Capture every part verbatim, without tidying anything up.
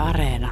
Areena.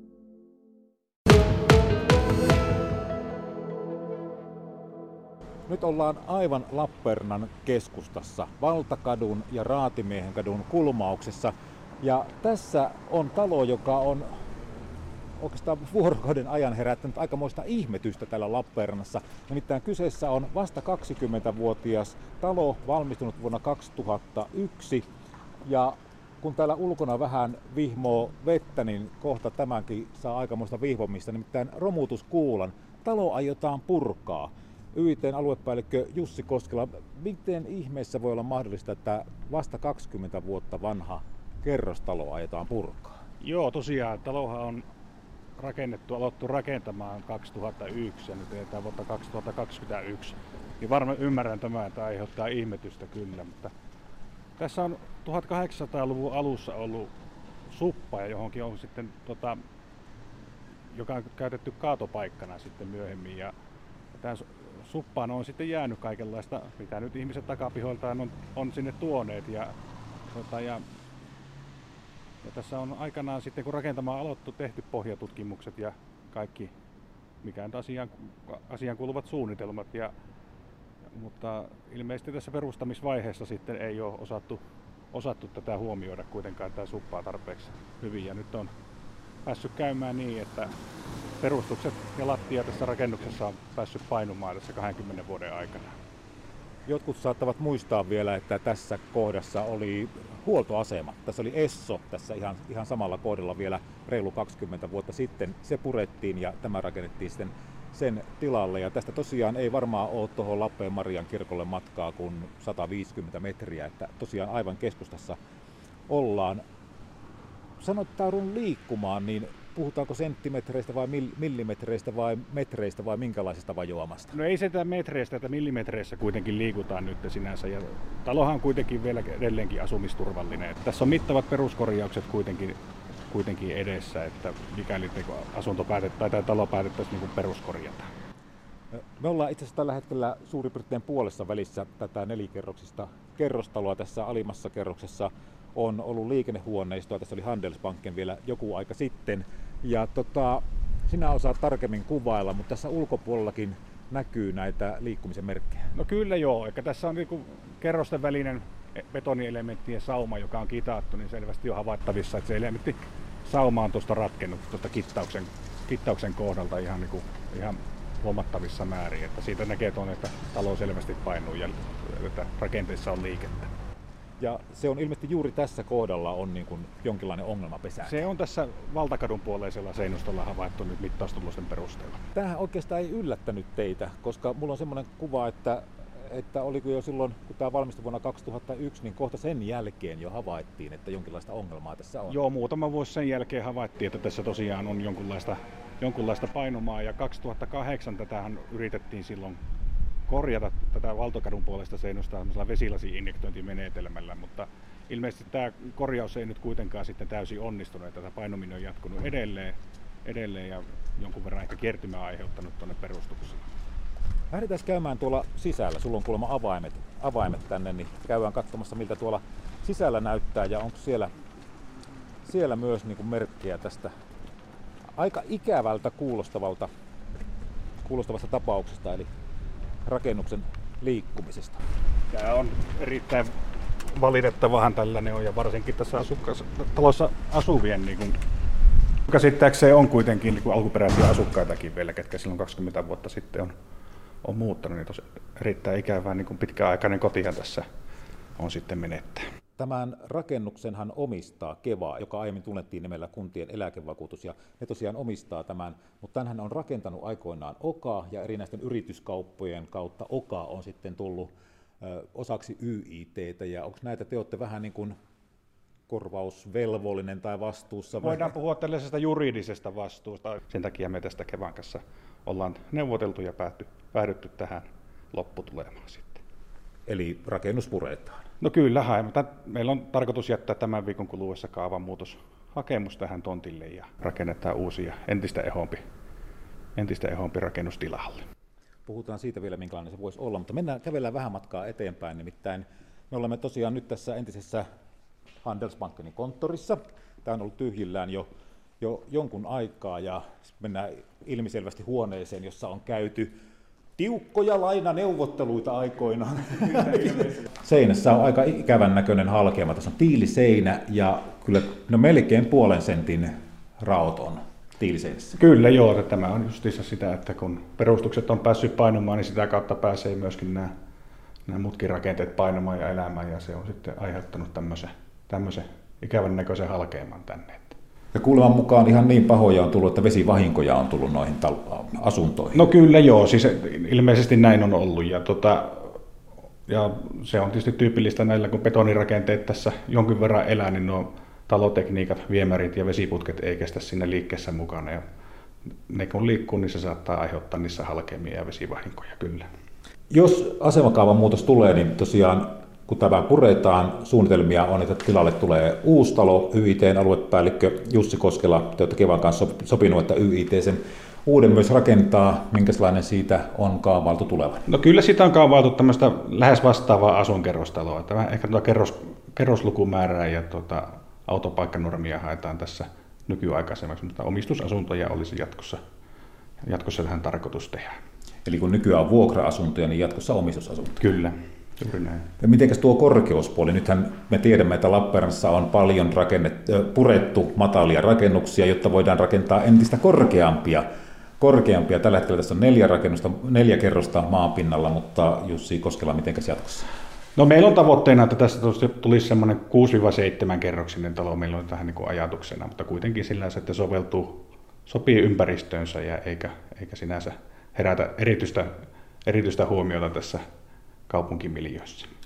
Nyt ollaan aivan Lappeenrannan keskustassa, Valtakadun ja Raatimiehenkadun kulmauksessa. Ja tässä on talo, joka on oikeastaan vuorokauden ajan herättänyt aikamoista ihmetystä täällä Lappeenrannassa. Nimittäin kyseessä on vasta kaksikymmentävuotias talo, valmistunut vuonna kaksituhattayksi. Ja kun täällä ulkona vähän vihmoo vettä, niin kohta tämänkin saa aikamoista vihvomista. Nimittäin romutuskuulan talo aiotaan purkaa. Y I T:n aluepäällikkö Jussi Koskela, miten ihmeessä voi olla mahdollista, että vasta kaksikymmentä vuotta vanha kerrostalo aiotaan purkaa? Joo, tosiaan talohan on rakennettu, aloittu rakentamaan kaksituhattayksi ja nyt eletään vuotta kaksituhattakaksikymmentäyksi. Niin varmaan ymmärrän tämän, että aiheuttaa ihmetystä kyllä, mutta tässä on tuhatkahdeksansataaluvun alussa ollut suppa ja johonkin on sitten, tota, joka on käytetty kaatopaikkana sitten myöhemmin. Ja tämän suppaan on sitten jäänyt kaikenlaista, mitä nyt ihmiset takapihoiltaan on, on sinne tuoneet. Ja, tota, ja, ja tässä on aikanaan sitten, kun rakentamaan aloittu, tehty pohjatutkimukset ja kaikki, mikä on asiaan, asiaan kuuluvat suunnitelmat. Ja, mutta ilmeisesti tässä perustamisvaiheessa sitten ei ole osattu, osattu tätä huomioida kuitenkaan tämä suppaa tarpeeksi hyvin. Ja nyt on päässyt käymään niin, että perustukset ja lattia tässä rakennuksessa on päässyt painumaan tässä kahdenkymmenen vuoden aikana. Jotkut saattavat muistaa vielä, että tässä kohdassa oli huoltoasema. Tässä oli Esso tässä ihan, ihan samalla kohdalla vielä reilu kaksikymmentä vuotta sitten. Se purettiin ja tämä rakennettiin sitten sen tilalle. Ja tästä tosiaan ei varmaan ole tuohon Lappeen Marian kirkolle matkaa kuin sata viisikymmentä metriä. Että tosiaan aivan keskustassa ollaan. Sanottaudun liikkumaan, niin puhutaanko senttimetreistä vai millimetreistä vai metreistä vai minkälaisesta vajoamasta? No ei sitä metreistä, että millimetreissä kuitenkin liikutaan nyt sinänsä. Ja talohan on kuitenkin vielä edelleenkin asumisturvallinen. Tässä on mittavat peruskorjaukset kuitenkin, kuitenkin edessä, että mikäli asunto päätet, tai tämä talo päätettäisiin niin peruskorjata. Me ollaan itse asiassa tällä hetkellä suurin piirtein puolessa välissä tätä nelikerroksista kerrostaloa. Tässä alimmassa kerroksessa on ollut liikennehuoneistoa. Tässä oli Handelsbanken vielä joku aika sitten. Ja tota, sinä osaat tarkemmin kuvailla, mutta tässä ulkopuolellakin näkyy näitä liikkumisen merkkejä. No kyllä joo, eli tässä on niinku kerrosten välinen betonielementtien sauma, joka on kitaattu, niin selvästi on havaittavissa, että se elementti sauma on tuosta ratkennut tuosta kittauksen, kittauksen kohdalta ihan, niinku, ihan huomattavissa määrin. Että siitä näkee tuonne, että talo selvästi painuu ja että rakenteessa on liikettä. Ja se on ilmeisesti juuri tässä kohdalla on niin kuin jonkinlainen ongelmapesä. Se on tässä Valtakadun puoleisella seinustolla havaittu nyt mittaustulosten perusteella. Tämähän oikeastaan ei yllättänyt teitä, koska mulla on semmoinen kuva, että, että oliko jo silloin, kun tämä valmistui vuonna kaksituhattayksi, niin kohta sen jälkeen jo havaittiin, että jonkinlaista ongelmaa tässä on. Joo, muutama vuosi sen jälkeen havaittiin, että tässä tosiaan on jonkunlaista, jonkunlaista painumaa. Ja kaksituhattakahdeksan tätähän yritettiin silloin korjata tätä Valtakadun puolesta seinusta vesilasi-injektointimenetelmällä, mutta ilmeisesti tämä korjaus ei nyt kuitenkaan sitten täysin onnistunut. Tätä painuminen on jatkunut edelleen, edelleen ja jonkun verran ehkä kertymää aiheuttanut tuonne perustukseen. Lähdetään käymään tuolla sisällä. Sulla on kuulemma avaimet, avaimet tänne, niin käydään katsomassa miltä tuolla sisällä näyttää ja onko siellä, siellä myös niin kuin merkkejä tästä aika ikävältä kuulostavalta, kuulostavasta tapauksesta, eli rakennuksen liikkumisesta. Tämä on erittäin valitettavahan tällainen on, ja varsinkin tässä asukkaassa, talossa asuvien niin kuin, käsittääkseen on kuitenkin niin kuin alkuperäisiä asukkaitakin vielä, ketkä silloin kaksikymmentä vuotta sitten on, on muuttanut, niin tosi erittäin ikävää niin kuin pitkäaikainen kotihan tässä on sitten menettää. Tämän rakennuksenhan omistaa Keva, joka aiemmin tunnettiin nimellä kuntien eläkevakuutus, ja ne tosiaan omistaa tämän, mutta tämänhän on rakentanut aikoinaan Oka, ja erinäisten yrityskauppojen kautta Oka on sitten tullut ö, osaksi Y I T:tä, ja onko näitä te olette vähän niin kuin korvausvelvollinen tai vastuussa? Voidaan puhua tällaisesta juridisesta vastuusta. Sen takia me tästä Kevan kanssa ollaan neuvoteltu ja päätty, päädytty tähän lopputulemaan sitten. Eli rakennus puretaan? No kyllä, meillä on tarkoitus jättää tämän viikon kuluessa kaavanmuutoshakemus tähän tontille ja rakennetaan uusia entistä ehompi, entistä ehompi rakennustilalle. Puhutaan siitä vielä, minkälainen se voisi olla, mutta mennään kävellään vähän matkaa eteenpäin, nimittäin me olemme tosiaan nyt tässä entisessä Handelsbankenin konttorissa. Tämä on ollut tyhjillään jo jo jonkun aikaa ja mennään ilmiselvästi huoneeseen, jossa on käyty tiukkoja lainaneuvotteluita aikoinaan. Seinässä on aika ikävän näköinen halkeama. Tässä on tiiliseinä ja kyllä no melkein puolen sentin raot on tiiliseinässä. Kyllä joo, että tämä on justiinsa sitä, että kun perustukset on päässyt painumaan, niin sitä kautta pääsee myöskin nämä, nämä muutkin rakenteet painumaan ja elämään, ja se on sitten aiheuttanut tämmöisen, tämmöisen ikävän näköisen halkeaman tänne. Ja kuuleman mukaan ihan niin pahoja on tullut, että vesivahinkoja on tullut noihin tal- asuntoihin. No kyllä joo, siis ilmeisesti näin on ollut. Ja, tota, ja se on tietysti tyypillistä näillä, kun betonirakenteet tässä jonkin verran elää, niin nuo talotekniikat, viemärit ja vesiputket ei kestä siinä liikkeessä mukana. Ja ne kun liikkuu, niin se saattaa aiheuttaa niissä halkeamia ja vesivahinkoja kyllä. Jos asemakaavan muutos tulee, niin tosiaan kun tämä puretaan, suunnitelmia on, että tilalle tulee uusi talo. Y I T:n aluepäällikkö Jussi Koskela, te olette Kevan kanssa sopinut, että Y I T sen uuden myös rakentaa. Minkälainen siitä on kaavailtu tulevan? No kyllä siitä on kaavailtu tämmöistä lähes vastaavaa asuinkerrostaloa. Tämä ehkä tuota kerros, kerroslukumäärää ja tuota autopaikkanormia haetaan tässä nykyaikaisemmaksi, mutta omistusasuntoja olisi jatkossa, jatkossa tähän tarkoitus tehdä. Eli kun nykyään on vuokra-asuntoja, niin jatkossa omistusasuntoja? Kyllä. Juuri näin. Ja mitenkäs tuo korkeuspuoli? Nythän me tiedämme, että Lappeenrannassa on paljon rakennet, purettu matalia rakennuksia, jotta voidaan rakentaa entistä korkeampia. korkeampia. Tällä hetkellä tässä on neljä, rakennusta, neljä kerrosta maanpinnalla, mutta Jussi Koskela, mitenkäs jatkossa? No meillä on tavoitteena, että tästä tulisi semmoinen kuusi seitsemän kerroksinen talo. Meillä on tähän niin kuin ajatuksena, mutta kuitenkin sillä että soveltuu, sopii ympäristöönsä ja eikä, eikä sinänsä herätä erityistä, erityistä huomiota tässä kaupunkimiljöössä.